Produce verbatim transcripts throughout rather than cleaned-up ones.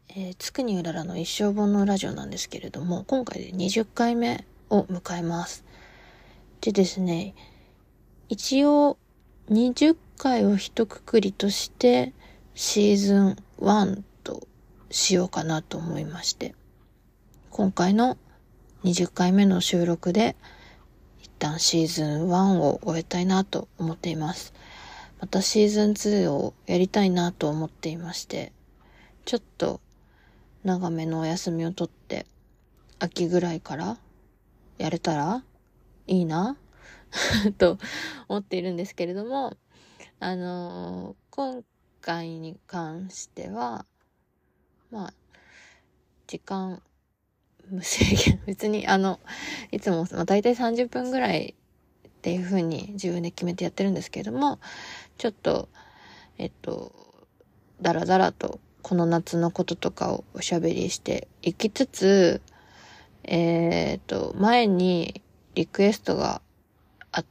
えー、つくにうららの一生本のラジオなんですけれども、今回でにじゅっかいめを迎えます。でですね、一応にじゅっかいを一括りとしてシーズンワンとしようかなと思いまして、今回のにじゅっかいめの収録で一旦シーズンワンを終えたいなと思っています。またシーズンツーをやりたいなと思っていまして、ちょっと長めのお休みを取って秋ぐらいからやれたらいいなと思っているんですけれども、あのー、今回に関してはまあ時間無制限別にあのいつも、まあ、大体さんじゅっぷんぐらいっていう風に自分で決めてやってるんですけれども、ちょっとえっとだらだらとこの夏のこととかをおしゃべりしていきつつ、えっと、前にリクエストがあった、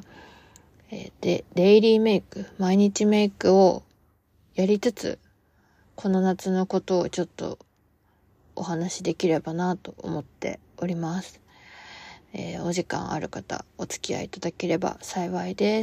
えー、で、デイリーメイク、毎日メイクをやりつつ、この夏のことをちょっとお話しできればなと思っております。えー、お時間ある方、お付き合いいただければ幸いです。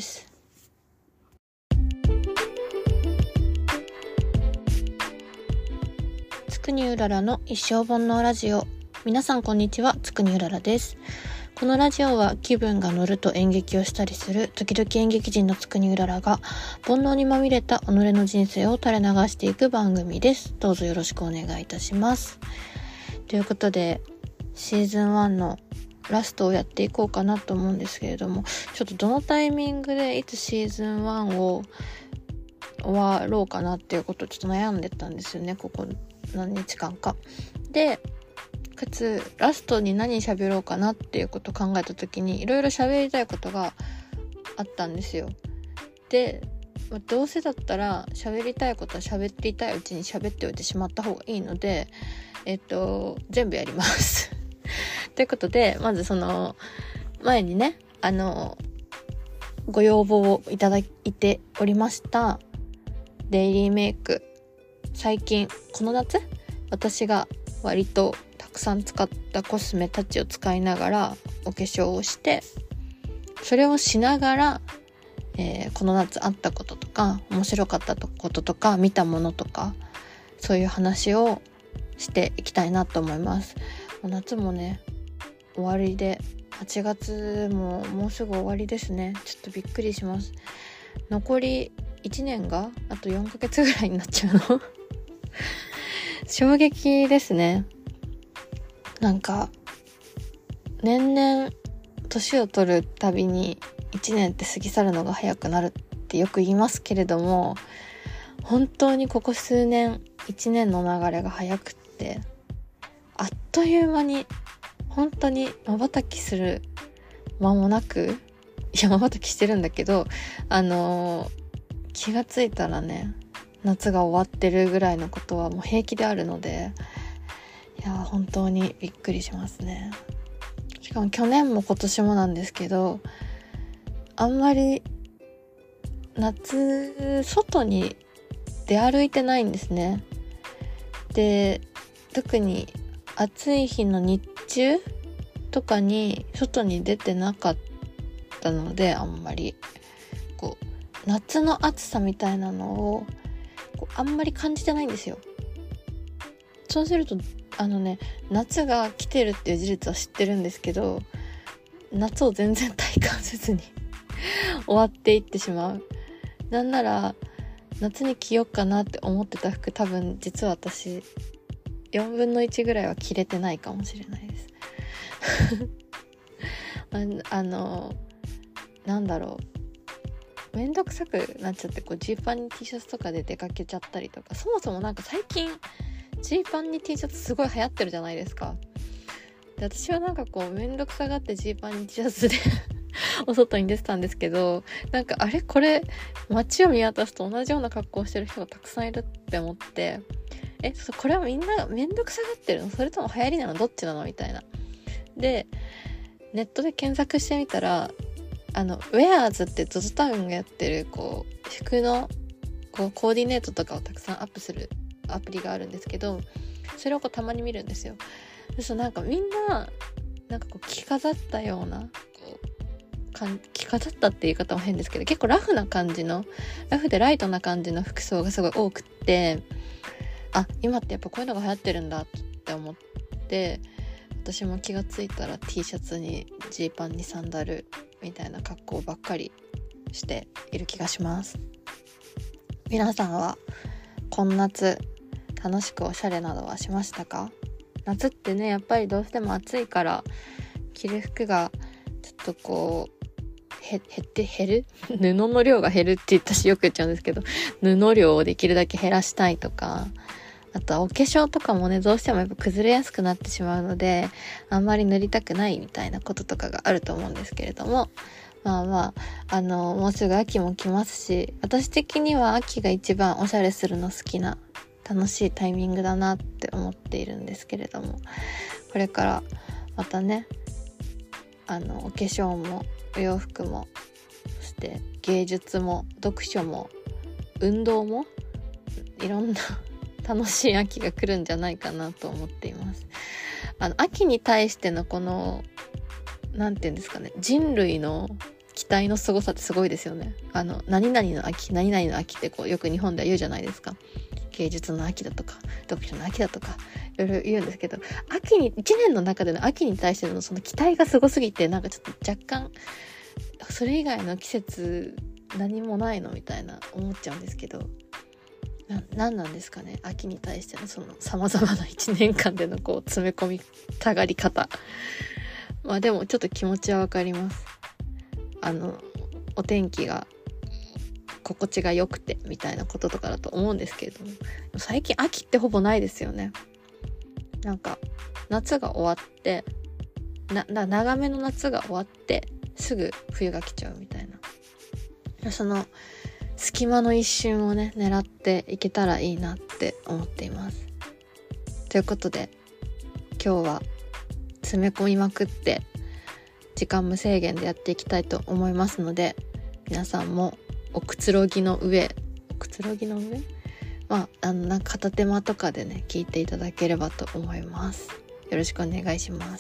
つくにうららの一生本のラジオ。皆さんこんにちは、つくにうららです。このラジオは気分が乗ると演劇をしたりする時々演劇人のつくにうららが煩悩にまみれた己の人生を垂れ流していく番組です。どうぞよろしくお願いいたします。ということでシーズンワンのラストをやっていこうかなと思うんですけれども、ちょっとどのタイミングでいつシーズンワンを終わろうかなっていうことをちょっと悩んでたんですよね、ここ何日間かで。かつラストに何喋ろうかなっていうことを考えた時にいろいろ喋りたいことがあったんですよ。で、まあ、どうせだったら喋りたいことは喋りたいうちに喋っておいてしまった方がいいので、えっと全部やりますということで、まずその前にねあのご要望をいただいておりましたデイリーメイク、最近この夏私が割とたくさん使ったコスメたちを使いながらお化粧をして、それをしながら、えー、この夏あったこととか面白かったこととか見たものとかそういう話をしていきたいなと思います。夏もね終わりではちがつももうすぐ終わりですね。ちょっとびっくりします。残りいちねんがあとよんかげつぐらいになっちゃうの衝撃ですね。なんか年々年を取るたびにいちねんって過ぎ去るのが早くなるってよく言いますけれども、本当にここ数年いちねんの流れが早くってあっという間に本当に瞬きする間もなく、いや瞬きしてるんだけどあのー、気がついたらね夏が終わってるぐらいのことはもう平気であるので、いや本当にびっくりしますね。しかも去年も今年もなんですけど、あんまり夏外に出歩いてないんですね。で、特に暑い日の日中とかに外に出てなかったので、あんまりこう夏の暑さみたいなのをこうあんまり感じてないんですよ。そうするとあのね夏が来てるっていう事実は知ってるんですけど、夏を全然体感せずに終わっていってしまう。なんなら夏に着ようかなって思ってた服、多分実は私よんぶんのいちぐらいは着れてないかもしれないですあ, あのなんだろう、めんどくさくなっちゃって、こうジーパンに T シャツとかで出かけちゃったりとか、そもそもなんか最近ジーパンに T シャツすごい流行ってるじゃないですか。で私はなんかこうめんどくさがってジーパンに T シャツでお外に出てたんですけど、なんかあれこれ街を見渡すと同じような格好をしてる人がたくさんいるって思って、えこれはみんなめんどくさがってるの、それとも流行りなの、どっちなのみたいな。でネットで検索してみたら、あのウェアーズって ゾゾ タウンがやってるこう服のこうコーディネートとかをたくさんアップするアプリがあるんですけど、それをこうたまに見るんですよ。そうなんかみんななんかこう着飾ったようなこうかん着飾ったっていう言い方も変ですけど、結構ラフな感じのラフでライトな感じの服装がすごい多くって、あ、今ってやっぱこういうのが流行ってるんだって思って、私も気がついたら T シャツにジーパンにサンダルみたいな格好ばっかりしている気がします。皆さんは今夏楽しくおしゃれなどはしましたか？夏ってね、やっぱりどうしても暑いから着る服がちょっとこうへ減って減る布の量が減るって私よく言っちゃうんですけど、布量をできるだけ減らしたいとか、あとはお化粧とかもね、どうしてもやっぱ崩れやすくなってしまうので、あんまり塗りたくないみたいなこととかがあると思うんですけれども、まあまあ、あのもうすぐ秋も来ますし、私的には秋が一番おしゃれするの好きな楽しいタイミングだなって思っているんですけれども、これからまたね、あのお化粧もお洋服も、そして芸術も読書も運動もいろんな楽しい秋が来るんじゃないかなと思っています。あの秋に対してのこのなんていうんですかね、人類の期待のすごさってすごいですよね。あの何々の秋何々の秋ってこうよく日本では言うじゃないですか。芸術の秋だとか読書の秋だとかいろいろ言うんですけど、秋に一年の中での秋に対してのその期待がすごすぎて、なんかちょっと若干それ以外の季節何もないのみたいな思っちゃうんですけど、な何なんですかね、秋に対してのその様々な一年間でのこう詰め込みたがり方。まあでもちょっと気持ちはわかります。あのお天気が心地が良くてみたいなこととかだと思うんですけれども、最近秋ってほぼないですよね。なんか夏が終わってなな長めの夏が終わってすぐ冬が来ちゃうみたいな、その隙間の一瞬をね狙っていけたらいいなって思っています。ということで今日は詰め込みまくって時間無制限でやっていきたいと思いますので、皆さんもおくつろぎの上おくつろぎの上まああのなんか片手間とかでね聞いていただければと思います。よろしくお願いします。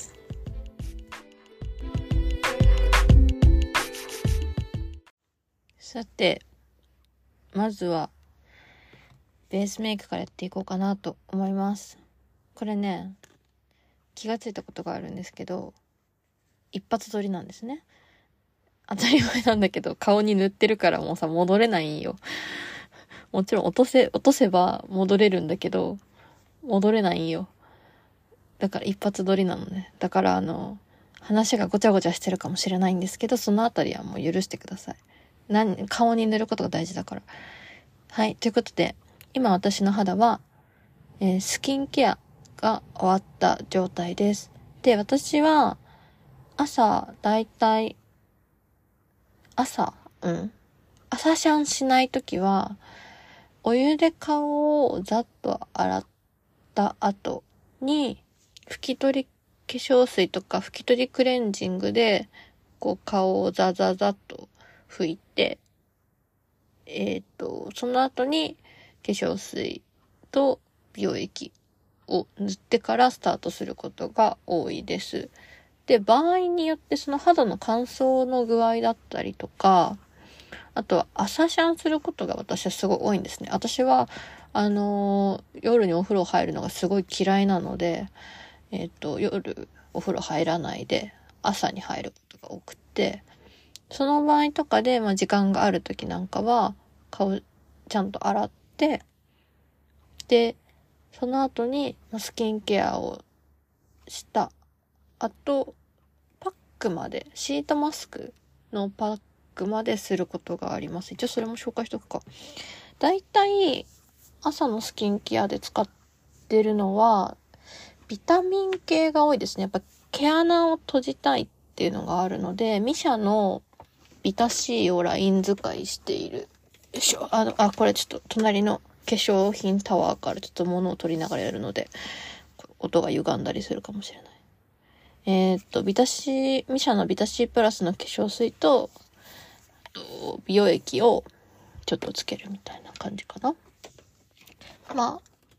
さて、まずはベースメイクからやっていこうかなと思います。これね、気がついたことがあるんですけど、一発撮りなんですね。当たり前なんだけど、顔に塗ってるからもうさ戻れないんよ。もちろん落とせ落とせば戻れるんだけど戻れないんよ。だから一発撮りなのね。だからあの話がごちゃごちゃしてるかもしれないんですけど、そのあたりはもう許してください。何顔に塗ることが大事だから。はい、ということで今私の肌は、えー、スキンケアが終わった状態です。で、私は朝だいたい朝うん朝シャンしないときはお湯で顔をざっと洗った後に拭き取り化粧水とか拭き取りクレンジングでこう顔をザザザっと拭いて、えっとその後に化粧水と美容液を塗ってからスタートすることが多いです。で、場合によってその肌の乾燥の具合だったりとか、あとは朝シャンすることが私はすごい多いんですね。私はあのー、夜にお風呂入るのがすごい嫌いなので、えっと夜お風呂入らないで朝に入ることが多くて、その場合とかで、まあ、時間がある時なんかは顔ちゃんと洗って、でその後にスキンケアをした後、パックまでシートマスクのパックまですることがあります。一応それも紹介しとくか。だいたい朝のスキンケアで使ってるのはビタミン系が多いですね。やっぱ毛穴を閉じたいっていうのがあるので、ミシャのビタ C をライン使いしている。よいしょ。あの、あ、これちょっと隣の化粧品タワーからちょっと物を取りながらやるので、音が歪んだりするかもしれない。えー、っと、ビタ C、ミシャのビタ C プラスの化粧水と、と美容液をちょっとつけるみたいな感じかな。まあ、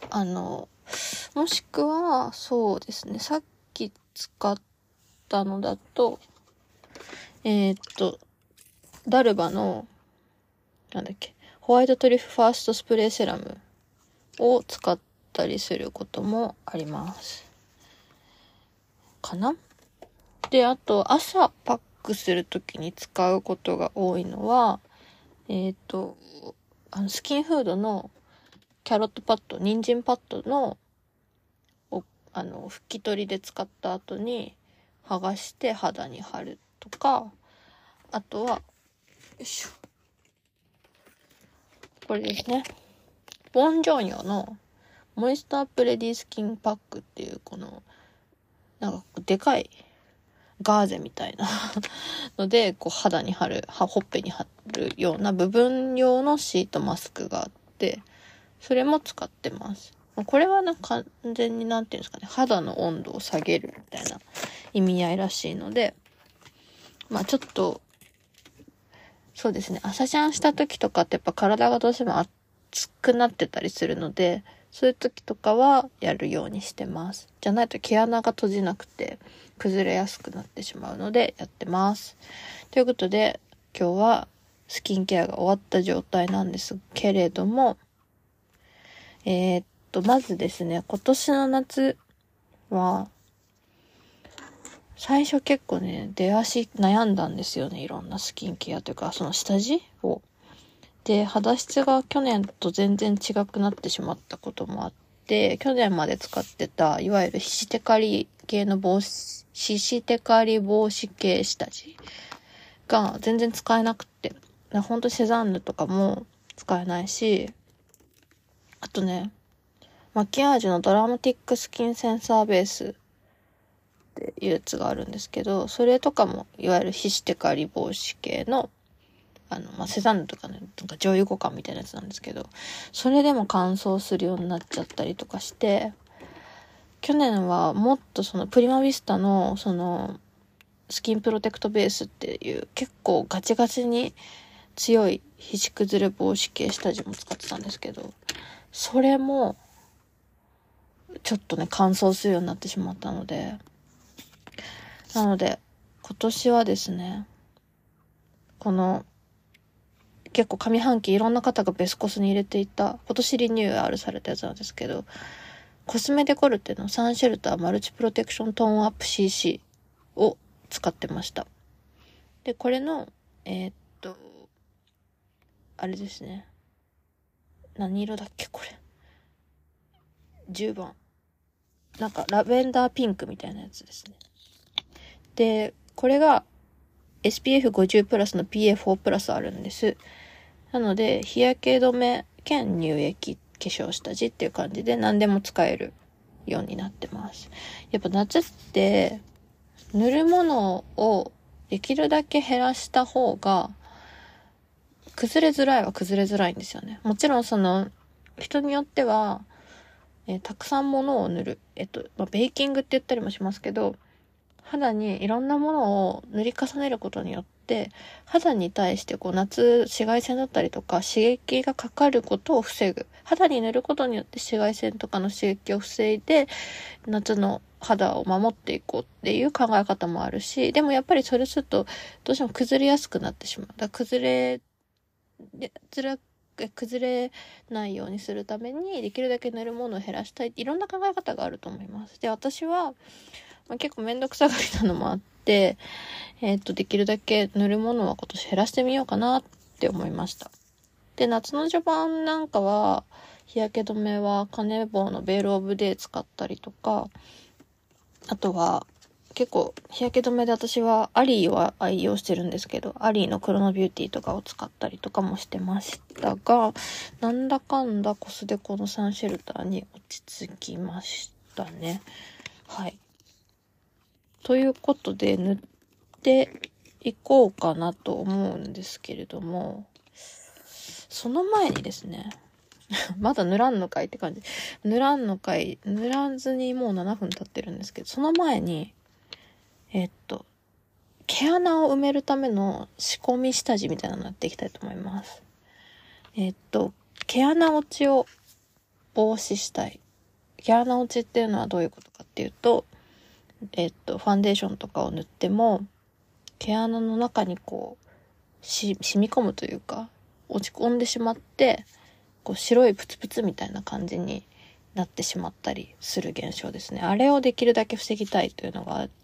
あの、もしくは、そうですね、さっき使ったのだと、えー、っと、ダルバの、なんだっけ、ホワイトトリュフファーストスプレーセラムを使ったりすることもあります。かな？で、あと、朝パックするときに使うことが多いのは、えっと、あの、スキンフードのキャロットパッド、人参パッドの、をあの、拭き取りで使った後に剥がして肌に貼るとか、あとは、よいしょ。これですね。ボンジョンヨのモイストアップレディスキンパックっていう、この、なんかでかいガーゼみたいなので、こう肌に貼る、ほっぺに貼るような部分用のシートマスクがあって、それも使ってます。これはなんか完全になんていうんですかね、肌の温度を下げるみたいな意味合いらしいので、まあちょっと、そうですね、朝シャンした時とかってやっぱ体がどうしても熱くなってたりするので、そういう時とかはやるようにしてます。じゃないと毛穴が閉じなくて崩れやすくなってしまうのでやってます。ということで、今日はスキンケアが終わった状態なんですけれども、えー、っと、まずですね、今年の夏は、最初結構ね、出足悩んだんですよね。いろんなスキンケアというか、その下地を。で、肌質が去年と全然違くなってしまったこともあって、去年まで使ってた、いわゆる皮脂テカリ系の防止、皮脂テカリ防止系下地が全然使えなくて、ほんとセザンヌとかも使えないし、あとね、マキアージュのドラマティックスキンセンサーベースっていうやつがあるんですけど、それとかもいわゆる皮脂テカリ防止系のあの、まあ、セザンヌとかね、なんか女優互換みたいなやつなんですけど、それでも乾燥するようになっちゃったりとかして、去年はもっとそのプリマヴィスタのそのスキンプロテクトベースっていう結構ガチガチに強い皮脂崩れ防止系下地も使ってたんですけど、それもちょっとね乾燥するようになってしまったので、なので今年はですね、この結構上半期いろんな方がベスコスに入れていた、今年リニューアルされたやつなんですけど、コスメデコルテのサンシェルターマルチプロテクショントーンアップ シーシー を使ってました。で、これの、えー、っと、あれですね。何色だっけこれ。じゅうばん。なんかラベンダーピンクみたいなやつですね。で、これが エスピーエフごじゅう プラスの ピーエーフォー プラスあるんです。なので、日焼け止め兼乳液化粧下地っていう感じで何でも使えるようになってます。やっぱ夏って塗るものをできるだけ減らした方が崩れづらいは崩れづらいんですよね。もちろんその人によっては、えー、たくさんものを塗る。えっと、まあ、ベーキングって言ったりもしますけど、肌にいろんなものを塗り重ねることによって肌に対してこう夏紫外線だったりとか刺激がかかることを防ぐ。肌に塗ることによって紫外線とかの刺激を防いで夏の肌を守っていこうっていう考え方もあるし、でもやっぱりそれするとどうしても崩れやすくなってしまう。だから崩れつら崩れないようにするためにできるだけ塗るものを減らしたい。いろんな考え方があると思います。で、私はまあ、結構めんどくさがりなのもあって、えっと、できるだけ塗るものは今年減らしてみようかなって思いました。で、夏の序盤なんかは、日焼け止めはカネボウのベールオブデイ使ったりとか、あとは、結構日焼け止めで私はアリーを愛用してるんですけど、アリーのクロノビューティーとかを使ったりとかもしてましたが、なんだかんだコスデコのサンシェルターに落ち着きましたね。はい。ということで塗っていこうかなと思うんですけれども、その前にですね、まだ塗らんのかいって感じ。塗らんのかい、塗らずにもうななふん経ってるんですけど、その前に、えっと、毛穴を埋めるための仕込み下地みたいなのやっていきたいと思います。えっと、毛穴落ちを防止したい。毛穴落ちっていうのはどういうことかっていうと、えっとファンデーションとかを塗っても毛穴の中にこうし染み込むというか落ち込んでしまって、こう白いプツプツみたいな感じになってしまったりする現象ですね。あれをできるだけ防ぎたいというのがあって、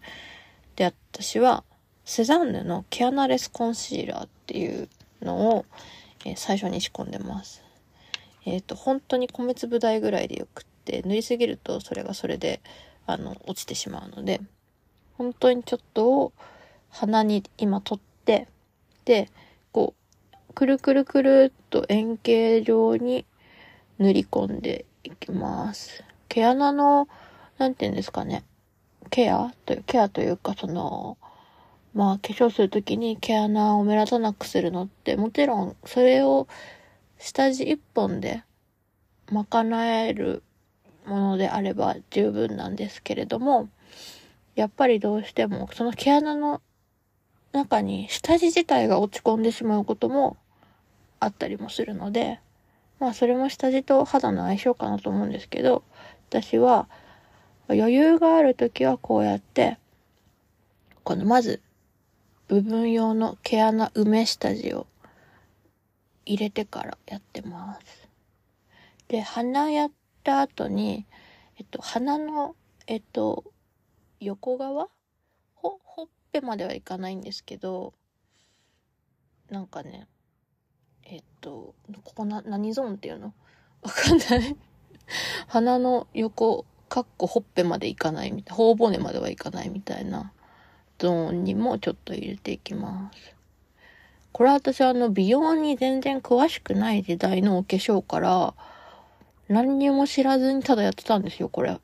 で私はセザンヌの毛穴レスコンシーラーっていうのを、えー最初に仕込んでます。えっと本当に米粒大ぐらいでよくって、塗りすぎるとそれがそれであの落ちてしまうので、本当にちょっとを鼻に今取って、でこうくるくるくるっと円形状に塗り込んでいきます。毛穴のなんていうんですかね、ケアというケアというか、そのまあ化粧するときに毛穴を目立たなくするのって、もちろんそれを下地一本で賄えるものであれば十分なんですけれども、やっぱりどうしてもその毛穴の中に下地自体が落ち込んでしまうこともあったりもするので、まあそれも下地と肌の相性かなと思うんですけど、私は余裕があるときはこうやってこのまず部分用の毛穴埋め下地を入れてからやってます。で、鼻やった後に、えっと、鼻の、えっと、横側ほ、ほっぺまではいかないんですけど、なんかね、えっと、ここな、何ゾーンっていうのわかんない鼻の横、かっこほっぺまでいかないみたいな、頬骨まではいかないみたいなゾーンにもちょっと入れていきます。これは私はあの美容に全然詳しくない時代のお化粧から何にも知らずにただやってたんですよ、これ。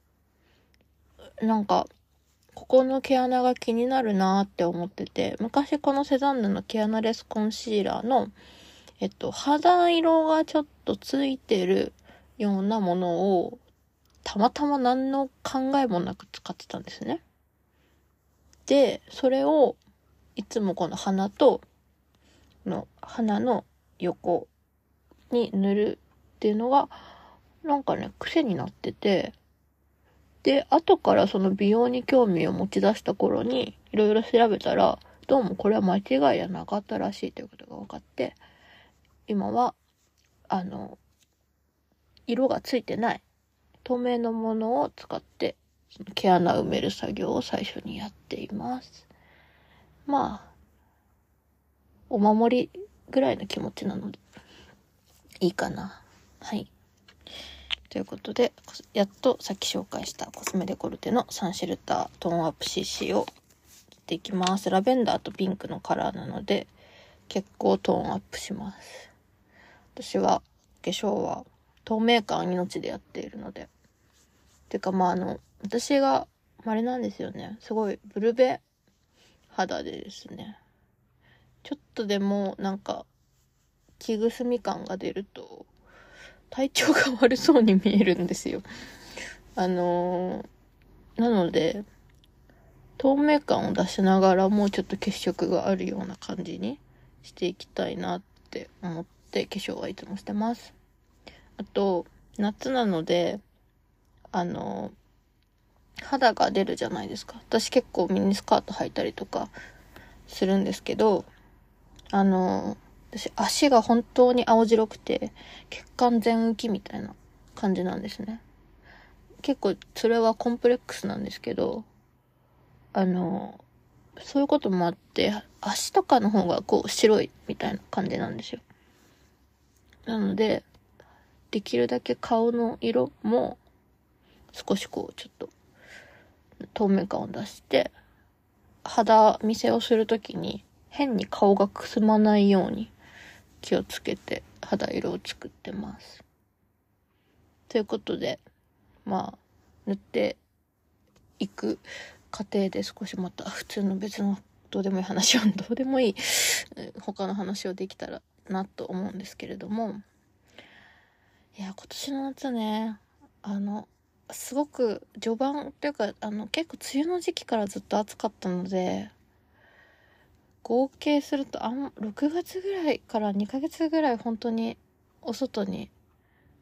なんか、ここの毛穴が気になるなーって思ってて、昔このセザンヌの毛穴レスコンシーラーの、えっと、肌色がちょっとついてるようなものを、たまたま何の考えもなく使ってたんですね。で、それを、いつもこの鼻と、の鼻の横に塗るっていうのが、なんかね、癖になってて、で、後からその美容に興味を持ち出した頃に、いろいろ調べたら、どうもこれは間違いじゃなかったらしいということが分かって、今は、あの、色がついてない、透明のものを使って、その毛穴埋める作業を最初にやっています。まあ、お守りぐらいの気持ちなので、いいかな。はい。ということで、やっとさっき紹介したコスメデコルテのサンシェルタートーンアップ シーシー を切っていきます。ラベンダーとピンクのカラーなので結構トーンアップします。私は化粧は透明感命でやっているので、てかまああの私があれなんですよね、すごいブルベ肌でですね、ちょっとでもなんか気ぐすみ感が出ると体調が悪そうに見えるんですよ。あのー、なので、透明感を出しながらもうちょっと血色があるような感じにしていきたいなって思って化粧はいつもしてます。あと、夏なので、あのー、肌が出るじゃないですか。私結構ミニスカート履いたりとかするんですけど、あのー、私足が本当に青白くて血管全浮きみたいな感じなんですね。結構それはコンプレックスなんですけど、あのそういうこともあって足とかの方がこう白いみたいな感じなんですよ。なのでできるだけ顔の色も少しこうちょっと透明感を出して肌見せをするときに変に顔がくすまないように気をつけて肌色を作ってます。ということで、まあ塗っていく過程で少しまた普通の別のどうでもいい話をどうでもいい他の話をできたらなと思うんですけれども、いや今年の夏ね、あのすごく序盤というかあの結構梅雨の時期からずっと暑かったので、合計するとあんろくがつぐらいからにかげつぐらい本当にお外に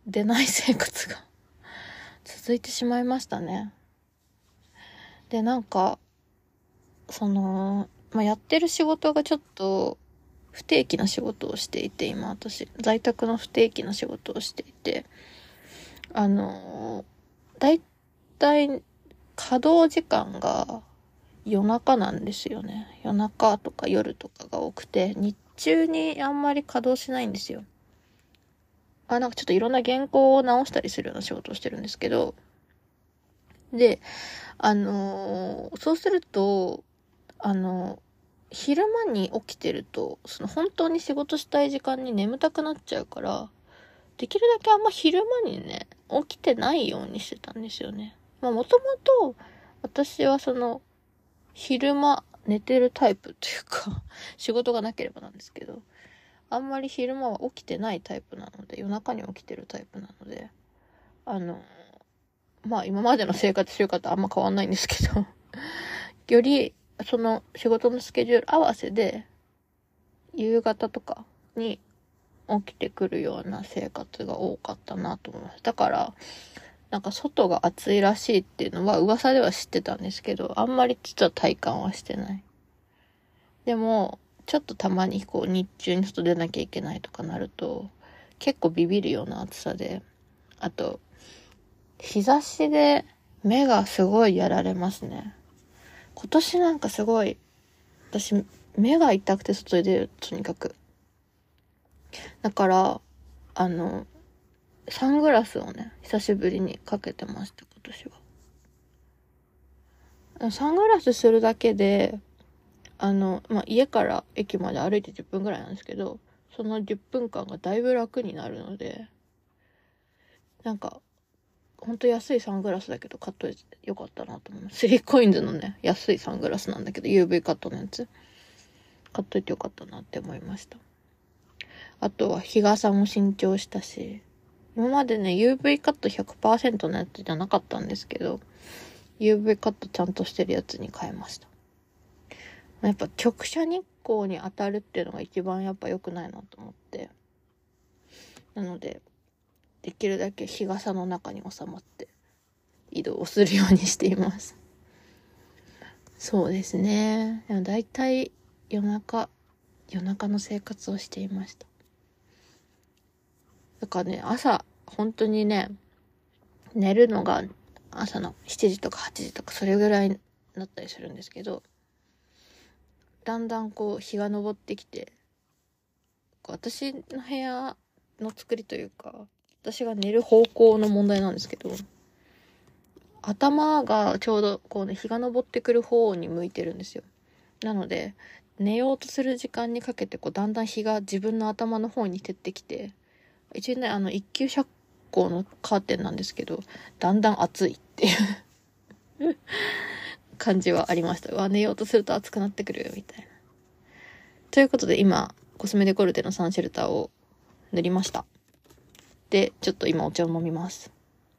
出ない生活が続いてしまいましたね。で、なんか、その、まあ、やってる仕事がちょっと不定期な仕事をしていて、今私、在宅の不定期な仕事をしていて、あの、だいたい稼働時間が夜中なんですよね。夜中とか夜とかが多くて、日中にあんまり稼働しないんですよ。あ、なんかちょっといろんな原稿を直したりするような仕事をしてるんですけど、で、あのーそうすると、あの、昼間に起きてると、その本当に仕事したい時間に眠たくなっちゃうから、できるだけあんま昼間にね、起きてないようにしてたんですよね。まあもともと、私はその、昼間寝てるタイプというか、仕事がなければなんですけど、あんまり昼間は起きてないタイプなので、夜中に起きてるタイプなので、あの、まあ今までの生活習慣とあんま変わんないんですけど、より、その仕事のスケジュール合わせで、夕方とかに起きてくるような生活が多かったなと思います。だから、なんか外が暑いらしいっていうのは噂では知ってたんですけど、あんまり実は体感はしてない。でも、ちょっとたまにこう日中に外出なきゃいけないとかなると、結構ビビるような暑さで、あと、日差しで目がすごいやられますね。今年なんかすごい、私、目が痛くて外に出る、とにかく。だから、あの、サングラスをね、久しぶりにかけてました、今年は。サングラスするだけで、あの、まあ、家から駅まで歩いてじゅっぷんぐらいなんですけど、そのじゅっぷんかんがだいぶ楽になるので、なんか、ほんと安いサングラスだけど買っといてよかったなと思います。スリーコインズのね、安いサングラスなんだけど、ユーブイ カットのやつ。買っといてよかったなって思いました。あとは日傘も新調したし、今までね、ユーブイ カット ひゃくパーセント のやつじゃなかったんですけど、ユーブイ カットちゃんとしてるやつに変えました。やっぱ直射日光に当たるっていうのが一番やっぱ良くないなと思って。なので、できるだけ日傘の中に収まって移動をするようにしています。そうですね。でも大体夜中、夜中の生活をしていました。だからね、朝、本当にね、寝るのが朝のしちじとかはちじとかそれぐらいだったりするんですけど、だんだんこう日が昇ってきて、私の部屋の作りというか、私が寝る方向の問題なんですけど、頭がちょうどこうね、日が昇ってくる方に向いてるんですよ。なので、寝ようとする時間にかけて、こう、だんだん日が自分の頭の方に照ってきて、一応ね、あの、一級遮光のカーテンなんですけど、だんだん暑いっていう感じはありました。うわ、寝ようとすると暑くなってくるよ、みたいな。ということで、今、コスメデコルテのサンシェルターを塗りました。で、ちょっと今お茶を飲みます。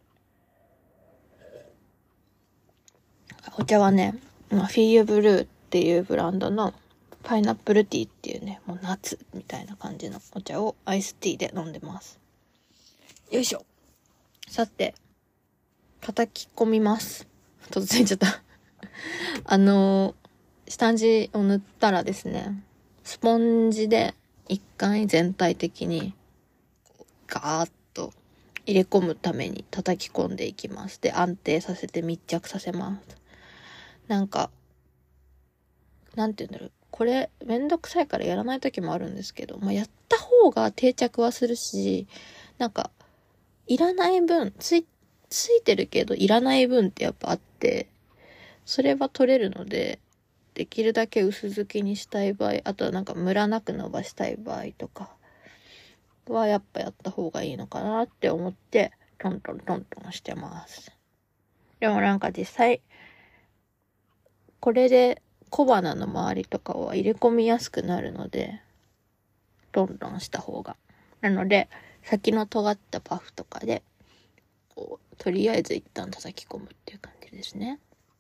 お茶はね、まあ、フィーユブルーっていうブランドのパイナップルティーっていうね、もう夏みたいな感じのお茶をアイスティーで飲んでます。よいしょ。さて、叩き込みます。突然ちゃった。あのー、下地を塗ったらですね、スポンジで一回全体的にガーッと入れ込むために叩き込んでいきます。で、安定させて密着させます。なんか、なんて言うんだろう。これ、めんどくさいからやらない時もあるんですけど、まあ、やった方が定着はするし、なんか、いらない分、つい、ついてるけどいらない分ってやっぱあって、それは取れるので、できるだけ薄付きにしたい場合、あとはなんかムラなく伸ばしたい場合とかはやっぱやった方がいいのかなって思って、トントントントンしてます。でもなんか実際、これで小鼻の周りとかは入れ込みやすくなるので、トントンした方が。なので、先の尖ったパフとかで、こう、とりあえず一旦叩き込むっていう感じですね。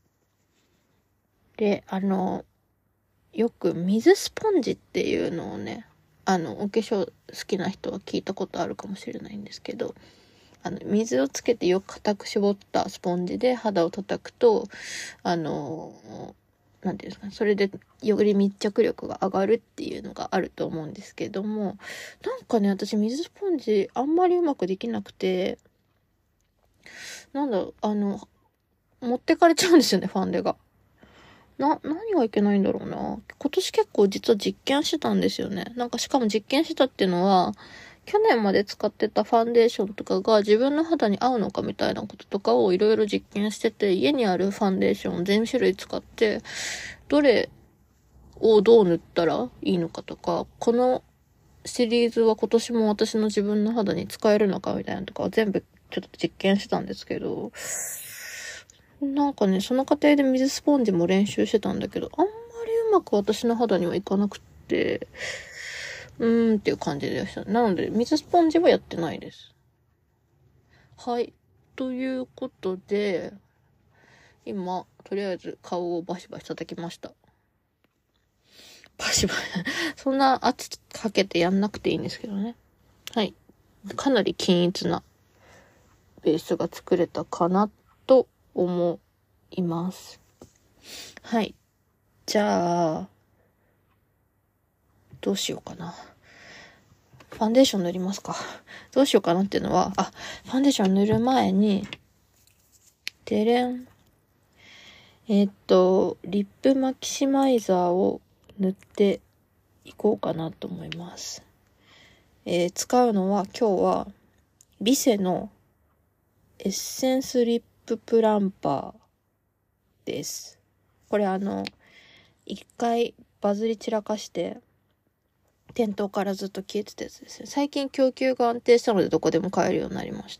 で、あの、よく水スポンジっていうのをね、あの、お化粧好きな人は聞いたことあるかもしれないんですけど、 あの、水をつけてよく固く絞ったスポンジで肌を叩くと、あの、なんていうんですかね、それでより密着力が上がるっていうのがあると思うんですけども、なんかね、私水スポンジあんまりうまくできなくて、なんだろう、あの、持ってかれちゃうんですよね、ファンデが。な、何がいけないんだろうな。今年結構実は実験してたんですよね。なんかしかも実験してたっていうのは、去年まで使ってたファンデーションとかが自分の肌に合うのかみたいなこととかをいろいろ実験してて、家にあるファンデーション全種類使って、どれをどう塗ったらいいのかとか、このシリーズは今年も私の自分の肌に使えるのかみたいなとかを全部ちょっと実験してたんですけど、なんかね、その過程で水スポンジも練習してたんだけど、あんまりうまく私の肌にはいかなくって、うーんっていう感じでした。なので、水スポンジはやってないです。はい。ということで、今、とりあえず顔をバシバシ叩きました。バシバシ。そんな圧かけてやんなくていいんですけどね。はい。かなり均一なベースが作れたかなと思います。はい。じゃあ、どうしようかな。ファンデーション塗りますか。どうしようかなっていうのは、あ、ファンデーション塗る前に、でれん。えー、っと、リップマキシマイザーを塗っていこうかなと思います。えー、使うのは今日は、ビセのエッセンスリッププランパーです。これあの、一回バズり散らかして、店頭からずっと消えてたやつですね。最近供給が安定したのでどこでも買えるようになりました。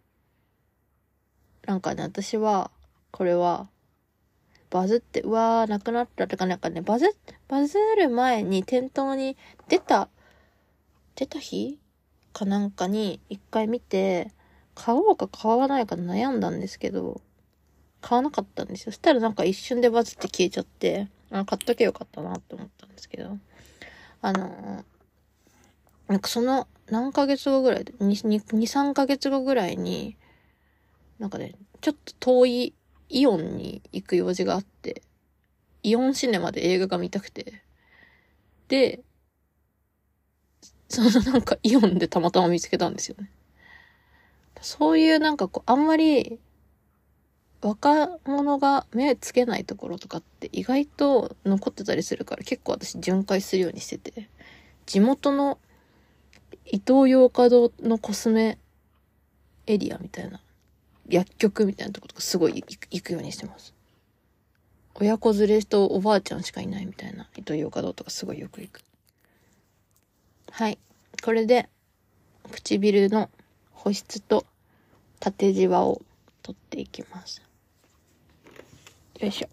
なんかね、私は、これは、バズって、うわー、なくなったとか、なんかね、バズ、バズる前に店頭に出た、出た日かなんかに一回見て、買おうか買わないか悩んだんですけど、買わなかったんですよ。そしたらなんか一瞬でバズって消えちゃって、あ、買っとけよかったなって思ったんですけど、あのー、なんかその何ヶ月後ぐらいで、に、さんかげつごぐらいに、なんかね、ちょっと遠いイオンに行く用事があって、イオンシネマで映画が見たくて、で、そのなんかイオンでたまたま見つけたんですよね。そういうなんかこう、あんまり若者が目つけないところとかって意外と残ってたりするから結構私巡回するようにしてて、地元のイトーヨーカドーのコスメエリアみたいな、薬局みたいなところとかすごい行くようにしてます。親子連れとおばあちゃんしかいないみたいなイトーヨーカドーとかすごいよく行く。はい。これで唇の保湿と縦じわを取っていきます。よいしょ。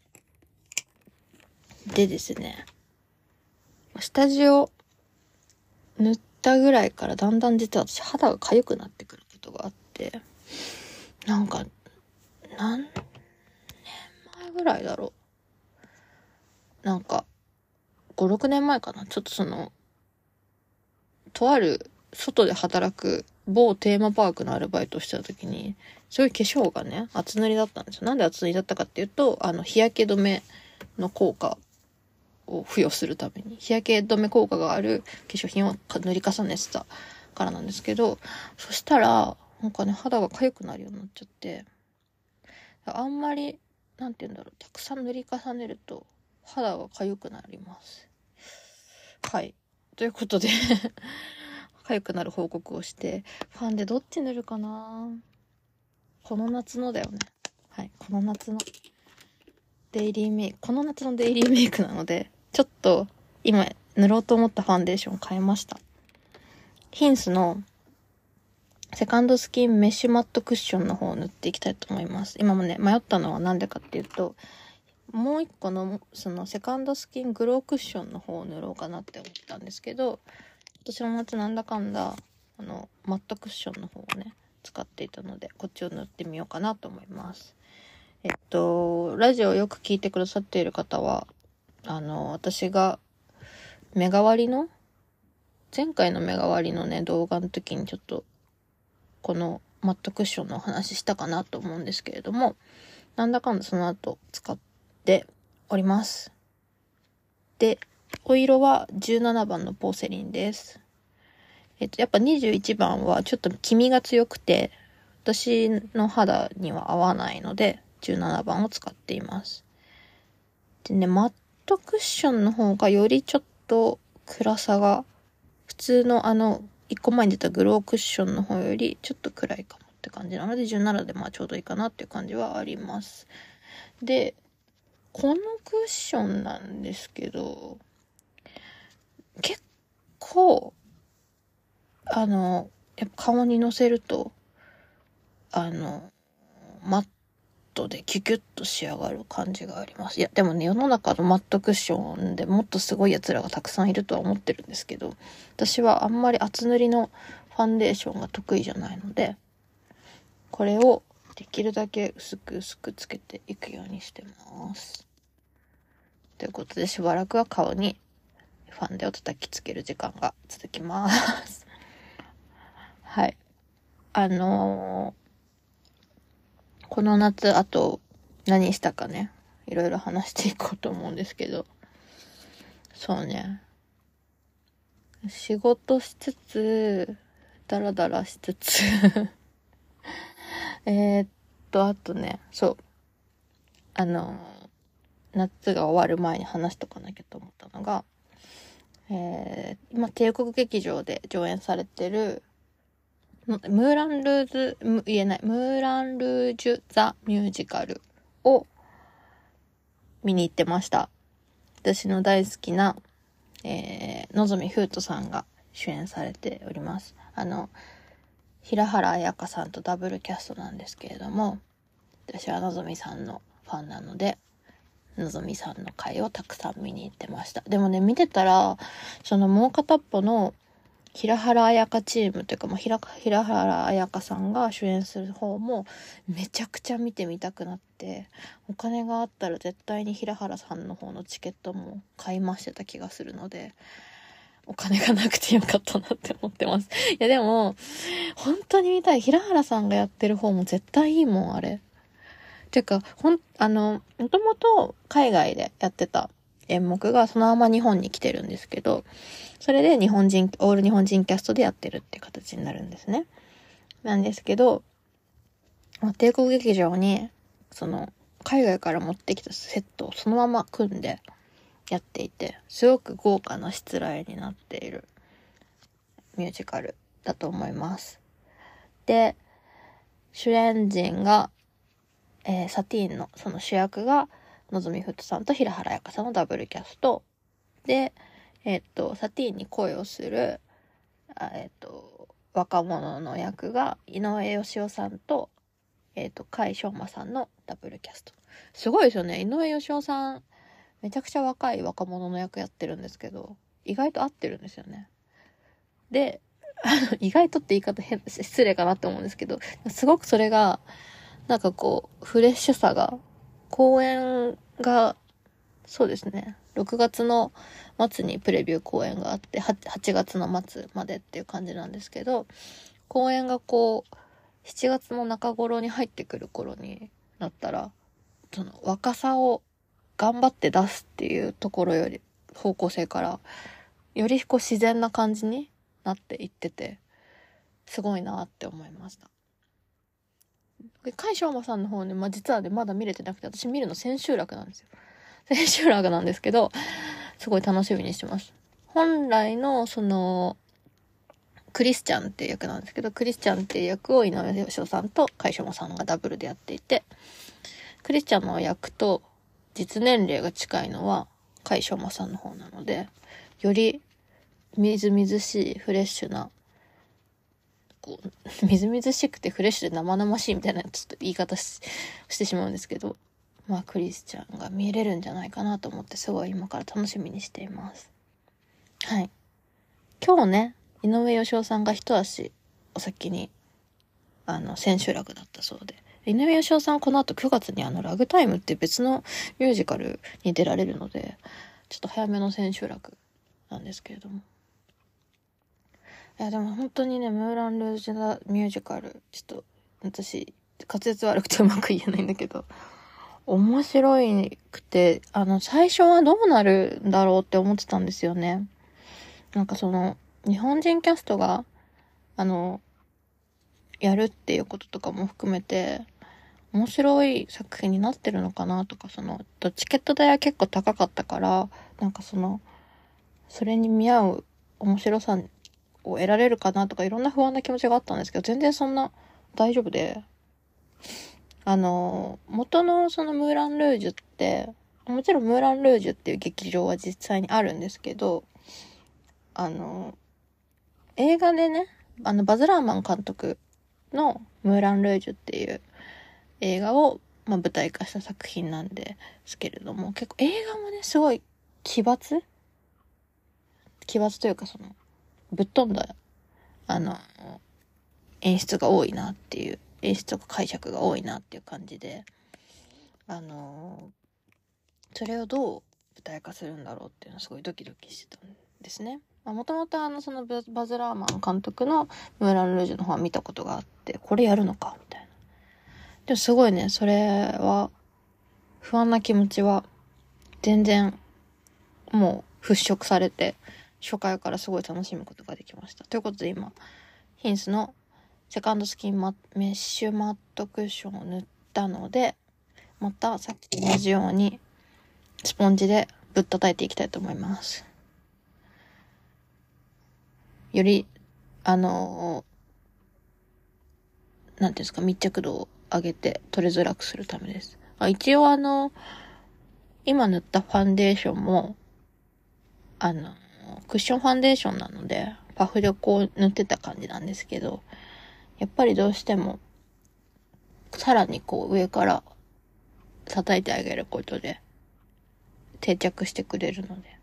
でですね、下地を塗ったぐらいからだんだん実は私肌が痒くなってくることがあって、なんか何年前ぐらいだろう。なんかご、ろくねんまえかな。ちょっとそのとある外で働く某テーマパークのアルバイトをしてた時に、そういう化粧がね、厚塗りだったんですよ。なんで厚塗りだったかっていうと、あの、日焼け止めの効果を付与するために、日焼け止め効果がある化粧品を塗り重ねてたからなんですけど、そしたら、なんかね、肌が痒くなるようになっちゃって、あんまり、なんて言うんだろう、たくさん塗り重ねると、肌が痒くなります。はい。ということで痒くなる報告をして、ファンデどっち塗るかな。この夏のだよね。はい、この夏のデイリーメイク、この夏のデイリーメイクなので、ちょっと今塗ろうと思ったファンデーション変えました。ヒンスのセカンドスキンメッシュマットクッションの方を塗っていきたいと思います。今もね、迷ったのはなんでかっていうと、もう一個のそのセカンドスキングロークッションの方を塗ろうかなって思ったんですけど、今年の夏なんだかんだあのマットクッションの方をね使っていたので、こっちを塗ってみようかなと思います。えっとラジオをよく聞いてくださっている方は、あの私が目変わりの前回の目変わりのね動画の時にちょっとこのマットクッションのお話したかなと思うんですけれども、なんだかんだその後使っております。で、お色はじゅうななばんのポーセリンです。えっと、やっぱにじゅういちばんはちょっと黄みが強くて、私の肌には合わないので、じゅうななばんを使っています。でね、マットクッションの方がよりちょっと暗さが、普通のあの、いっこまえに出たグロークッションの方よりちょっと暗いかもって感じなので、じゅうななでまあちょうどいいかなっていう感じはあります。で、このクッションなんですけど、結構、あの、やっぱ顔にのせると、あの、マットでキュキュッと仕上がる感じがあります。いや、でもね、世の中のマットクッションでもっとすごい奴らがたくさんいるとは思ってるんですけど、私はあんまり厚塗りのファンデーションが得意じゃないので、これをできるだけ薄く薄くつけていくようにしてます。ということで、しばらくは顔にファンデを叩きつける時間が続きます。はい。あのー、この夏、あと何したかね、いろいろ話していこうと思うんですけど、そうね。仕事しつつ、ダラダラしつつ、えっと、あとね、そう。あのー、夏が終わる前に話しとかなきゃと思ったのが、えー、今、帝国劇場で上演されてる、ムーラン・ルーズ、言えない、ムーラン・ルージュ・ザ・ミュージカルを見に行ってました。私の大好きな、えー、のぞみふうとさんが主演されております。あの、平原綾香さんとダブルキャストなんですけれども、私はのぞみさんのファンなので、のぞみさんの回をたくさん見に行ってました。でもね、見てたら、そのもう片っぽの平原綾香チームというか、まあ、平平原綾香さんが主演する方もめちゃくちゃ見てみたくなって、お金があったら絶対に平原さんの方のチケットも買いましてた気がするので、お金がなくてよかったなって思ってます。いやでも本当に見たい。平原さんがやってる方も絶対いいもん、あれ。てかほんあのもともと海外でやってた演目がそのまま日本に来てるんですけど、それで日本人、オール日本人キャストでやってるって形になるんですね。なんですけど、帝国劇場に、その、海外から持ってきたセットをそのまま組んでやっていて、すごく豪華なしつらえになっているミュージカルだと思います。で、主演陣が、えー、サティーンのその主役が、のぞみふとさんと平原綾香さんのダブルキャストで、えっと、サティーンに恋をする、えっと、若者の役が井上芳雄さんと、えっと、甲斐翔馬さんのダブルキャスト。すごいですよね。井上芳雄さん、めちゃくちゃ若い若者の役やってるんですけど、意外と合ってるんですよね。で、意外とって言い方変、失礼かなって思うんですけど、すごくそれが、なんかこう、フレッシュさが、公演が、そうですね。ろくがつの末にプレビュー公演があって、はちがつの末までっていう感じなんですけど、公演がこう、しちがつの中頃に入ってくる頃になったら、その若さを頑張って出すっていうところより、方向性から、よりこう自然な感じになっていってて、すごいなって思いました。甲斐翔馬さんの方ね、まあ、実はね、まだ見れてなくて、私見るの千秋楽なんですよ。千秋楽なんですけど、すごい楽しみにしてます。本来の、その、クリスチャンっていう役なんですけど、クリスチャンっていう役を井上芳雄さんと甲斐翔馬さんがダブルでやっていて、クリスチャンの役と実年齢が近いのは甲斐翔馬さんの方なので、よりみずみずしいフレッシュな、こうみずみずしくてフレッシュで生々しいみたいなちょっと言い方 し, してしまうんですけど、まあクリスチャンが見れるんじゃないかなと思って、すごい今から楽しみにしています。はい。今日ね、井上芳雄さんが一足お先にあの千秋楽だったそうで、井上芳雄さんこの後くがつにあのラグタイムって別のミュージカルに出られるので、ちょっと早めの千秋楽なんですけれども、 いやでも本当にね、ムーラン・ルージュのミュージカル、ちょっと私滑舌悪くてうまく言えないんだけど、面白いくて、あの最初はどうなるんだろうって思ってたんですよね。なんかその日本人キャストがあのやるっていうこととかも含めて面白い作品になってるのかなとか、そのチケット代は結構高かったから、なんかそのそれに見合う面白さを得られるかなとかいろんな不安な気持ちがあったんですけど、全然そんな大丈夫で、あの元のそのムーラン・ルージュって、もちろんムーラン・ルージュっていう劇場は実際にあるんですけど、あの映画でね、あのバズ・ラーマン監督のムーラン・ルージュっていう映画を、まあ、舞台化した作品なんですけれども、結構映画もね、すごい奇抜奇抜というか、そのぶっ飛んだあの演出が多いなっていう、演出とか解釈が多いなっていう感じで、あのそれをどう舞台化するんだろうっていうのをすごいドキドキしてたんですね。もともとあのそのバズ・ラーマン監督のムーラン・ルージュの方は見たことがあって、これやるのかみたいな。でもすごいね、それは不安な気持ちは全然もう払拭されて、初回からすごい楽しむことができました。ということで今ヒンスのセカンドスキンマメッシュマットクッションを塗ったので、またさっきと同じようにスポンジでぶったたいていきたいと思います。よりあのなんていうんですか、密着度を上げて取りづらくするためです。あ、一応あの今塗ったファンデーションもあのクッションファンデーションなのでパフでこう塗ってた感じなんですけど、やっぱりどうしてもさらにこう上から叩いてあげることで定着してくれるので。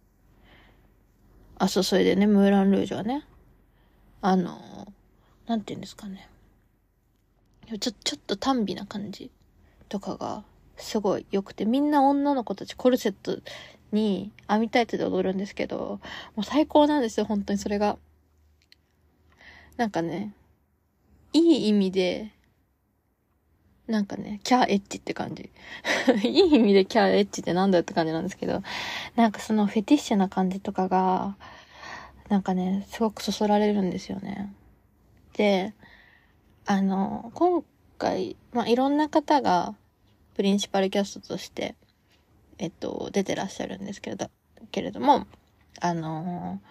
あ、そう、それでね、ムーラン・ルージュはね、あのなんて言うんですかね、ちょちょっと短美な感じとかがすごい良くて、みんな女の子たちコルセットに網タイツで踊るんですけど、もう最高なんですよ、本当にそれが。なんかね、いい意味でなんかね、キャーエッチって感じ。いい意味でキャーエッチってなんだよって感じなんですけど、なんかそのフェティッシュな感じとかが、なんかね、すごくそそられるんですよね。で、あの、今回、まあ、いろんな方がプリンシパルキャストとして、えっと、出てらっしゃるんですけれど、けれども、あの、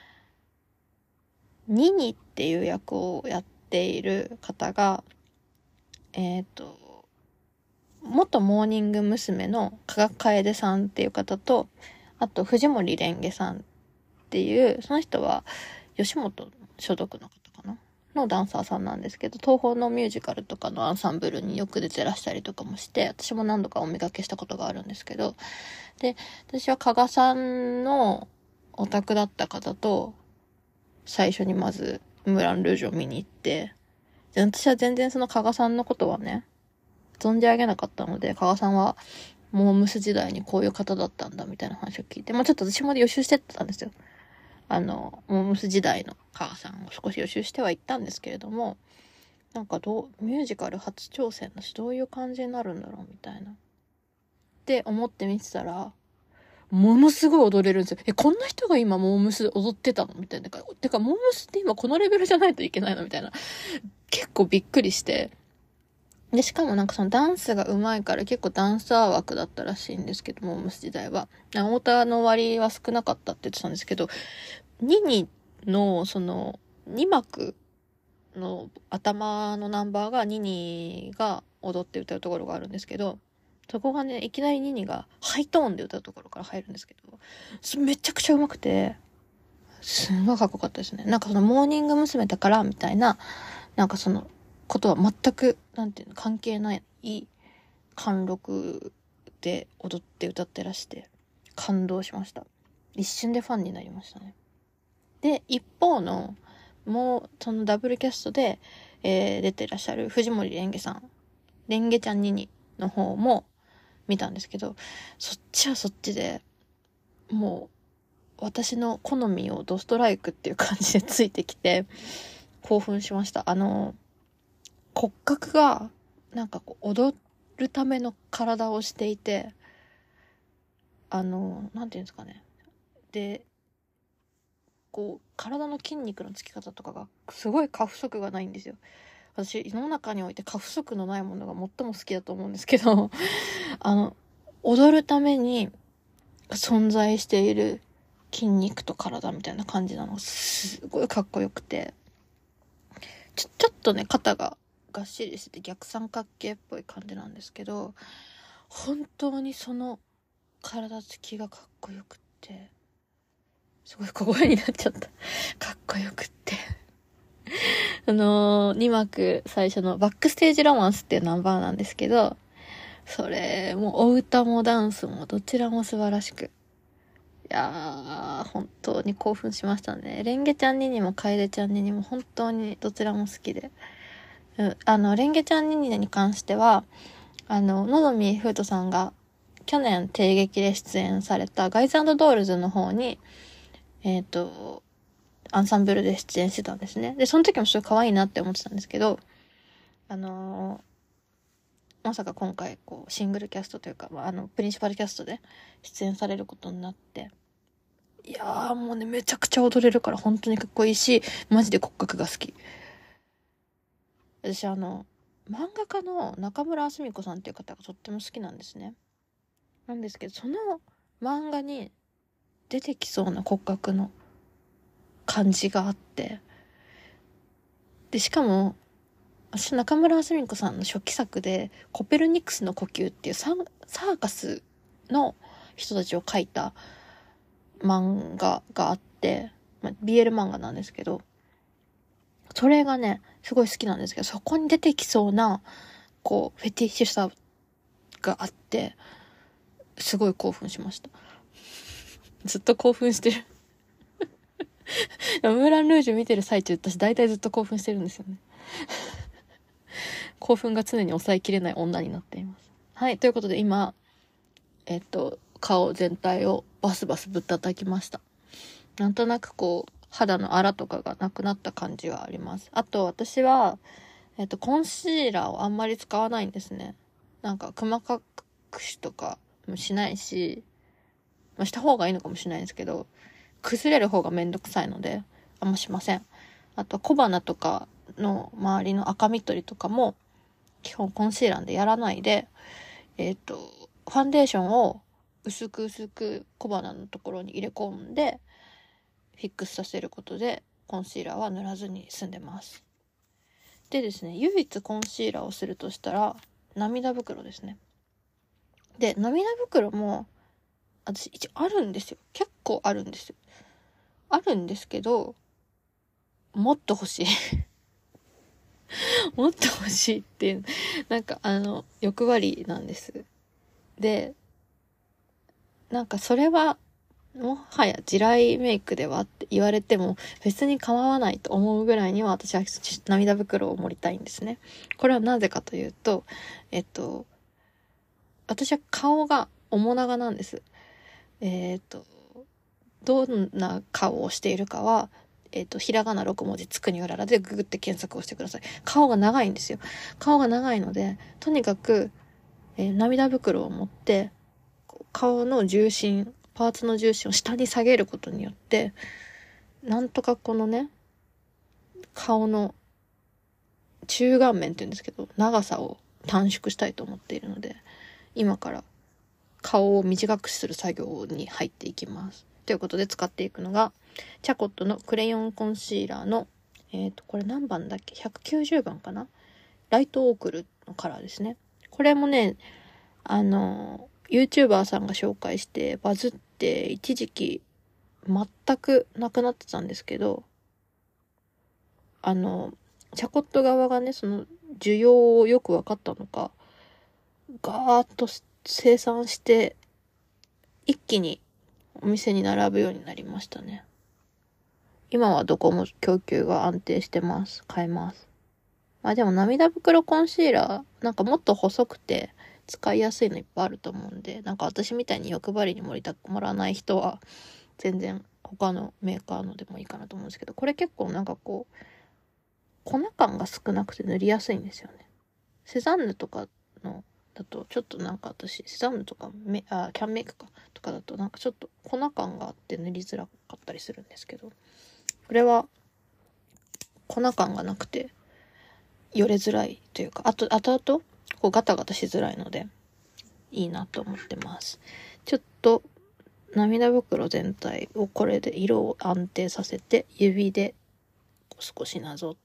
ニニっていう役をやっている方が、えっと、元モーニング娘。の加賀楓さんっていう方と、あと藤森蓮華さんっていう、その人は吉本所属の方かなのダンサーさんなんですけど、東宝のミュージカルとかのアンサンブルによく出てらしたりとかもして、私も何度かお見かけしたことがあるんですけど、で、私は加賀さんのオタクだった方と最初にまずムーラン・ルージュを見に行って、で私は全然その加賀さんのことはね存じ上げなかったので、加賀さんはモームス時代にこういう方だったんだみたいな話を聞いて、まあちょっと私も予習してたんですよ。あのモームス時代の加賀さんを少し予習してはいったんですけれども、なんかどうミュージカル初挑戦だしどういう感じになるんだろうみたいなって思って見てたら、ものすごい踊れるんですよ。え、こんな人が今モームス踊ってたのみたいな。てかモームスって今このレベルじゃないといけないのみたいな。結構びっくりして。で、しかもなんかそのダンスが上手いから結構ダンサー枠だったらしいんですけども、モームス時代は。太田の割は少なかったって言ってたんですけど、ニニのそのに幕の頭のナンバーがニニが踊って歌うところがあるんですけど、そこがね、いきなりニニがハイトーンで歌うところから入るんですけど、めちゃくちゃ上手くて、すんごいかっこよかったですね。なんかそのモーニング娘。だからみたいな、なんかそのことは全く、なんていうの、関係ない貫禄で踊って歌ってらして感動しました。一瞬でファンになりましたね。で、一方のもうそのダブルキャストで、えー、出てらっしゃる藤森蓮華さん、蓮華ちゃんニニの方も見たんですけど、そっちはそっちでもう私の好みをドストライクっていう感じでついてきて興奮しました。あの骨格がなんかこう踊るための体をしていて、あのなんていうんですかね、でこう体の筋肉のつき方とかがすごい過不足がないんですよ。私世の中において過不足のないものが最も好きだと思うんですけどあの踊るために存在している筋肉と体みたいな感じなのすごいかっこよくて、ちょ、ちょっとね肩ががっしりしてて逆三角形っぽい感じなんですけど、本当にその体つきがかっこよくって、すごい小声になっちゃったかっこよくってあのー、にまく最初のバックステージロマンスっていうナンバーなんですけど、それもうお歌もダンスもどちらも素晴らしく、いやー本当に興奮しましたね。レンゲちゃんににも楓ちゃんににも本当にどちらも好きで、うん、あのレンゲちゃんににに関してはあののぞみふうとさんが去年帝劇で出演されたガイズ&ドールズの方にえっとアンサンブルで出演してたんですね。でその時もすごい可愛いなって思ってたんですけど、あのー、まさか今回こうシングルキャストというか、まあ、あのプリンシパルキャストで出演されることになって、いやーもうねめちゃくちゃ踊れるから本当にかっこいいし、マジで骨格が好き。私あの漫画家の中村あすみこさんっていう方がとっても好きなんですね。なんですけどその漫画に出てきそうな骨格の感じがあって、でしかも私中村あすみこさんの初期作でコペルニクスの呼吸っていうサーカスの人たちを描いた漫画があって、まあ、ビーエル 漫画なんですけど、それがねすごい好きなんですけど、そこに出てきそうなこうフェティッシュさがあってすごい興奮しました。ずっと興奮してるムーランルージュ見てる最中私大体ずっと興奮してるんですよね興奮が常に抑えきれない女になっています。はい、ということで今えっと顔全体をバスバスぶったたきました。なんとなくこう肌のあらとかがなくなった感じはあります。あと私はえっとコンシーラーをあんまり使わないんですね。なんか細かくしとかもしないし、まあ、した方がいいのかもしれないんですけど、崩れる方がめんどくさいのであんましません。あと小鼻とかの周りの赤み取りとかも基本コンシーラーでやらないで、えっとファンデーションを薄く薄く小鼻のところに入れ込んでフィックスさせることでコンシーラーは塗らずに済んでます。でですね、唯一コンシーラーをするとしたら涙袋ですね。で涙袋も私一応あるんですよ。結構あるんですよ。あるんですけどもっと欲しいもっと欲しいっていうなんかあの欲張りなんです。でなんかそれはもはや地雷メイクではって言われても別に構わないと思うぐらいには私は涙袋を盛りたいんですね。これはなぜかというと、えっと私は顔が面長なんです。えっとどんな顔をしているかはえっとひらがなろくもじつくにうららでググって検索をしてください。顔が長いんですよ。顔が長いのでとにかく、えー、涙袋を持って顔の重心パーツの重心を下に下げることによってなんとかこのね顔の中顔面って言うんですけど長さを短縮したいと思っているので今から顔を短くする作業に入っていきます。ということで使っていくのがチャコットのクレヨンコンシーラーのえっとこれ何番だっけひゃくきゅうじゅうばんかな、ライトオークルのカラーですね。これもねあの YouTuber さんが紹介してバズって一時期全くなくなってたんですけど、あのチャコット側がねその需要をよく分かったのかガーッと生産して一気にお店に並ぶようになりましたね。今はどこも供給が安定してます。買えます。まあでも涙袋コンシーラーなんかもっと細くて使いやすいのいっぱいあると思うんで、なんか私みたいに欲張りに盛りたくもらわない人は全然他のメーカーのでもいいかなと思うんですけど、これ結構なんかこう粉感が少なくて塗りやすいんですよね。セザンヌとかのだとちょっとなんか私セザンヌとかメあキャンメイクかとかだとなんかちょっと粉感があって塗りづらかったりするんですけど、これは粉感がなくてよれづらいというか、あと後々こうガタガタしづらいのでいいなと思ってます。ちょっと涙袋全体をこれで色を安定させて指で少しなぞって、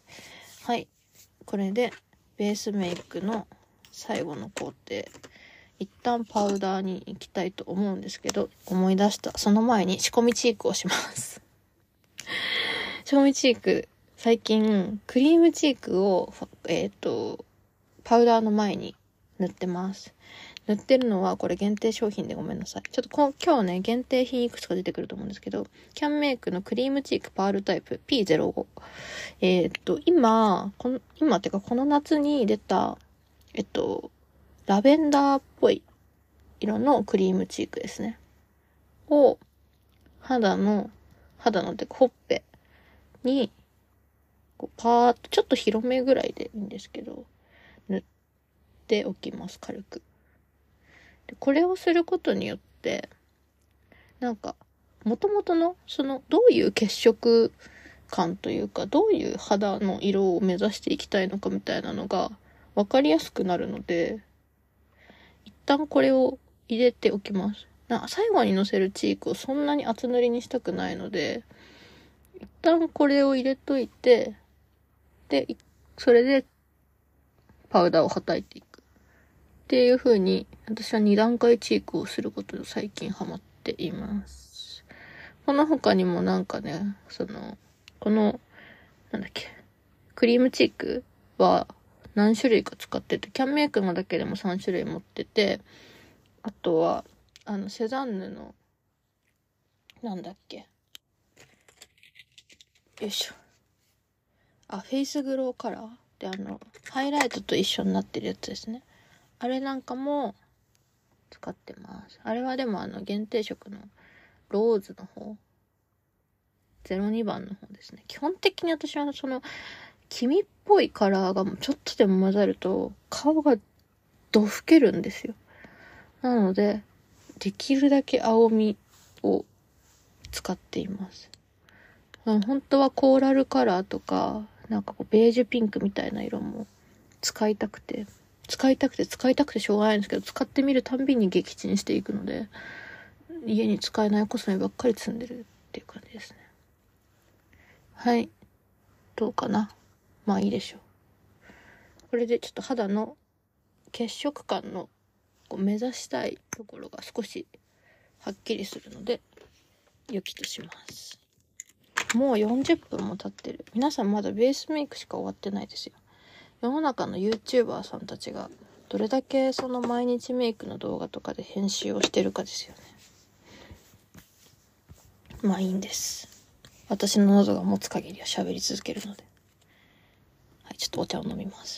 はい、これでベースメイクの最後の工程、一旦パウダーに行きたいと思うんですけど、思い出した。その前に仕込みチークをします仕込みチーク、最近クリームチークをえっとパウダーの前に塗ってます。塗ってるのはこれ限定商品でごめんなさい。ちょっとこ今日ね限定品いくつか出てくると思うんですけど、キャンメイクのクリームチークパールタイプ ピーゼロご。えー、っと今この今ってかこの夏に出たえっとラベンダーっぽい色のクリームチークですね。を肌の肌のてかほっぺにこうパーッとちょっと広めぐらいでいいんですけど塗っておきます。軽く。でこれをすることによってなんか元々のそのどういう血色感というかどういう肌の色を目指していきたいのかみたいなのが分かりやすくなるので、一旦これを入れておきます。な最後にのせるチークをそんなに厚塗りにしたくないので、一旦これを入れといて、でそれでパウダーをはたいていくっていう風に、私はに段階チークをすることで最近ハマっています。この他にもなんかね、そのこのなんだっけクリームチークは何種類か使ってて、キャンメイクのだけでもさん種類持ってて、あとはあのセザンヌのなんだっけよいしょあフェイスグローカラーで、あのハイライトと一緒になってるやつですね。あれなんかも使ってます。あれはでもあの限定色のローズの方ゼロにばんの方ですね。基本的に私はその黄身っぽいカラーがちょっとでも混ざると顔がどふけるんですよ。なのでできるだけ青みを使っています。本当はコーラルカラーとかなんかこうベージュピンクみたいな色も使いたくて使いたくて使いたくてしょうがないんですけど、使ってみるたんびに撃沈していくので、家に使えないコスメばっかり積んでるっていう感じですね。はい、どうかな。まあいいでしょう。これでちょっと肌の血色感のこう目指したいところが少しはっきりするので良きとします。もうよんじゅっぷんも経ってる。皆さんまだベースメイクしか終わってないですよ。世の中の YouTuber さんたちがどれだけその毎日メイクの動画とかで編集をしてるかですよね。まあいいんです。私の喉が持つ限りは喋り続けるので。はい、ちょっとお茶を飲みます。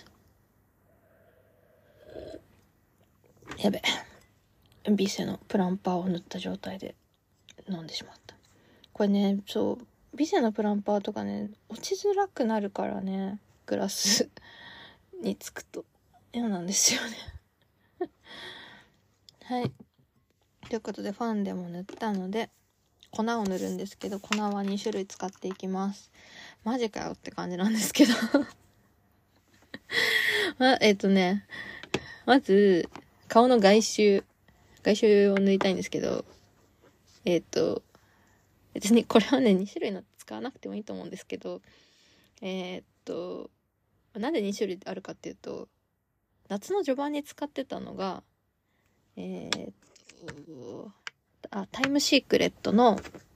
やべ。ビセのプランパーを塗った状態で飲んでしまった。これね、そう、ビセのプランパーとかね、落ちづらくなるからね、グラスにつくと嫌なんですよねはい。ということでファンデも塗ったので、粉を塗るんですけど、粉はに種類使っていきます。マジかよって感じなんですけどま、えっとね、まず、顔の外周、外周を塗りたいんですけど、えっと、別にこれはね、に種類の使わなくてもいいと思うんですけど、えっと、なんでに種類あるかっていうと、夏の序盤に使ってたのが、えー、っと、あ、タイムシークレットの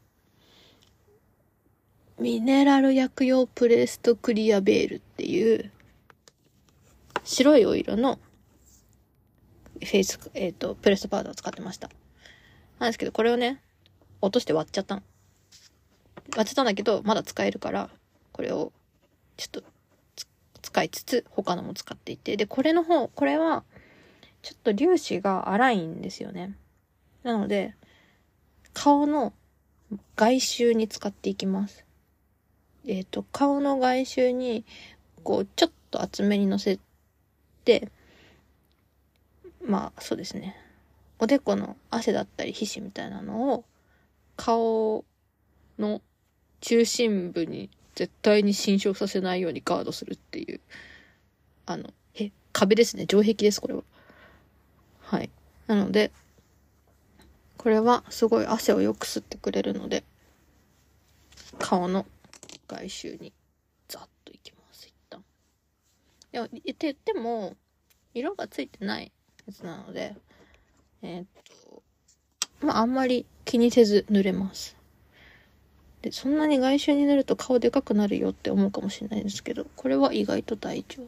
ミネラル薬用プレストクリアベールっていう白いお色のフェイス、えー、っと、プレストパウダーを使ってました。なんですけど、これをね、落として割っちゃったの。割っちゃったんだけど、まだ使えるから、これをちょっと使いつつ、他のも使っていて。で、これの方、これは、ちょっと粒子が粗いんですよね。なので、 顔の外周に使っていきます。えっと、顔の外周に、こう、ちょっと厚めにのせて、まあ、そうですね。おでこの汗だったり皮脂みたいなのを、顔の中心部に絶対に侵食させないようにガードするっていう、あの、え、壁ですね。城壁です、これは。はい。なので、これはすごい汗をよく吸ってくれるので、顔の外周にザッといきます、一旦。でも、って言っても、色がついてないやつなので、えー、っと、まあ、あんまり気にせず塗れます。で、そんなに外周に塗ると顔でかくなるよって思うかもしれないんですけど、これは意外と大丈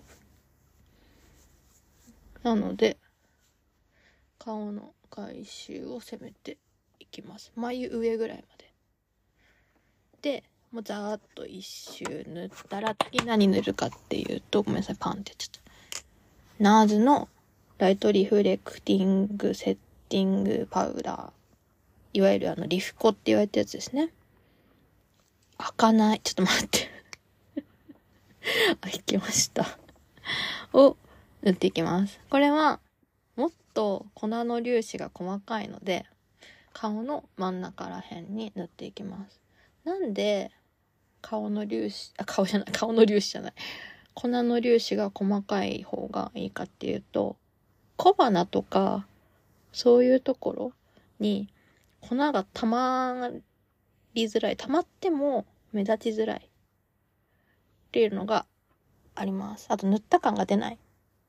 夫。なので、顔の外周を攻めていきます。眉上ぐらいまで。で、もうざーっと一周塗ったら、次何塗るかっていうと、ごめんなさい、パンってやっちゃった。ナーズのライトリフレクティングセッティングパウダー。いわゆるあのリフコって言われたやつですね。開かない。ちょっと待って。開きました。を塗っていきます。これは、もっと粉の粒子が細かいので、顔の真ん中ら辺に塗っていきます。なんで、顔の粒子、あ、顔じゃない、顔の粒子じゃない。粉の粒子が細かい方がいいかっていうと、小鼻とか、そういうところに粉が溜まりづらい。溜まっても目立ちづらい。っていうのがあります。あと塗った感が出ない。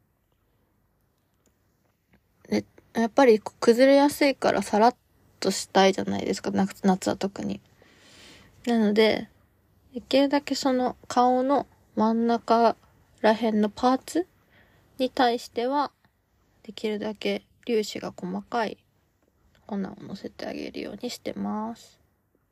で、やっぱり崩れやすいからさらっとしたいじゃないですか。夏、夏は特に。なので、できるだけその顔の真ん中ら辺のパーツに対しては、できるだけ粒子が細かい粉を乗せてあげるようにしてます。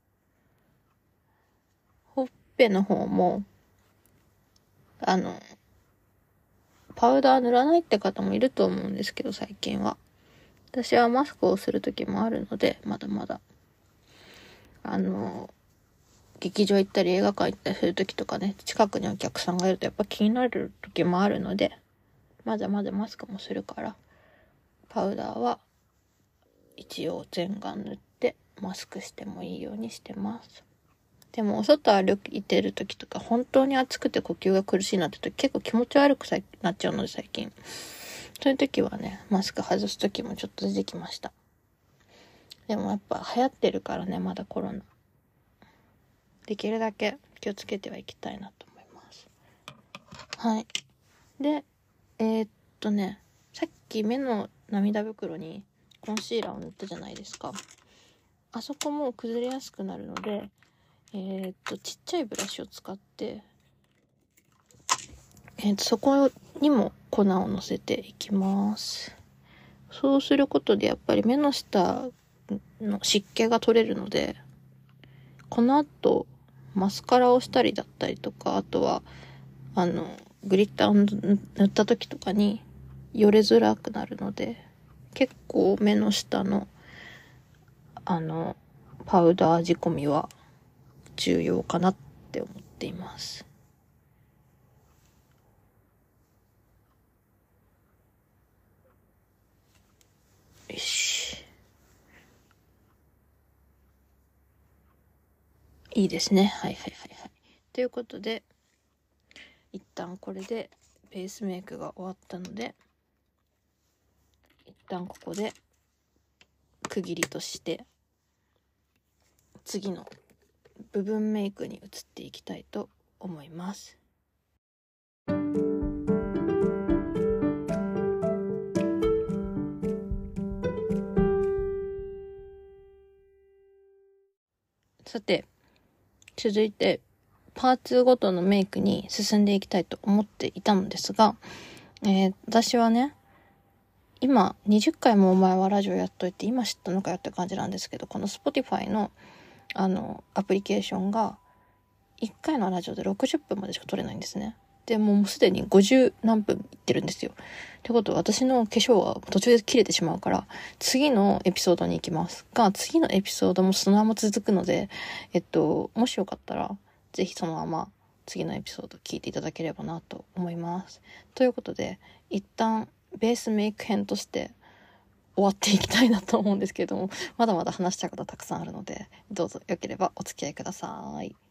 ほっぺの方も、あの、パウダー塗らないって方もいると思うんですけど、最近は。私はマスクをする時もあるので、まだまだ。あの、劇場行ったり映画館行ったりする時とかね、近くにお客さんがいるとやっぱ気になる時もあるので、まだまだマスクもするから、パウダーは一応全顔塗ってマスクしてもいいようにしてます。でもお外歩いてる時とか本当に暑くて呼吸が苦しいなって時結構気持ち悪くなっちゃうので最近。そういう時はね、マスク外す時もちょっと出てきました。でもやっぱ流行ってるからね、まだコロナ。できるだけ気をつけてはいきたいなと思います。はい。で、えー、っとね、さっき目の涙袋にコンシーラーを塗ったじゃないですか。あそこも崩れやすくなるので、えー、っと、ちっちゃいブラシを使って、えー、っと、そこにも粉をのせていきます。そうすることでやっぱり目の下の湿気が取れるので、この後、マスカラをしたりだったりとか、あとは、あの、グリッターを塗った時とかに、よれづらくなるので、結構目の下の、あの、パウダー仕込みは重要かなって思っています。よし。いいですね。はいはいはいはい。ということで、一旦これでベースメイクが終わったので、一旦ここで区切りとして次の部分メイクに移っていきたいと思います。さて、続いてパーツごとのメイクに進んでいきたいと思っていたのですが、えー、私はね、今にじゅっかいもお前はラジオやっといて今知ったのかよって感じなんですけど、この Spotify のあのアプリケーションがいっかいのラジオでろくじゅっぷんまでしか撮れないんですね。 でもうすでにごじゅうなんぷんいってるんですよ。ってことは私の化粧は途中で切れてしまうから、次のエピソードに行きますが、次のエピソードもそのまま続くので、えっと、もしよかったら、ぜひそのまま次のエピソード聞いていただければなと思います。ということで、一旦ベースメイク編として終わっていきたいなと思うんですけれども、まだまだ話したいことたくさんあるので、どうぞよければお付き合いください。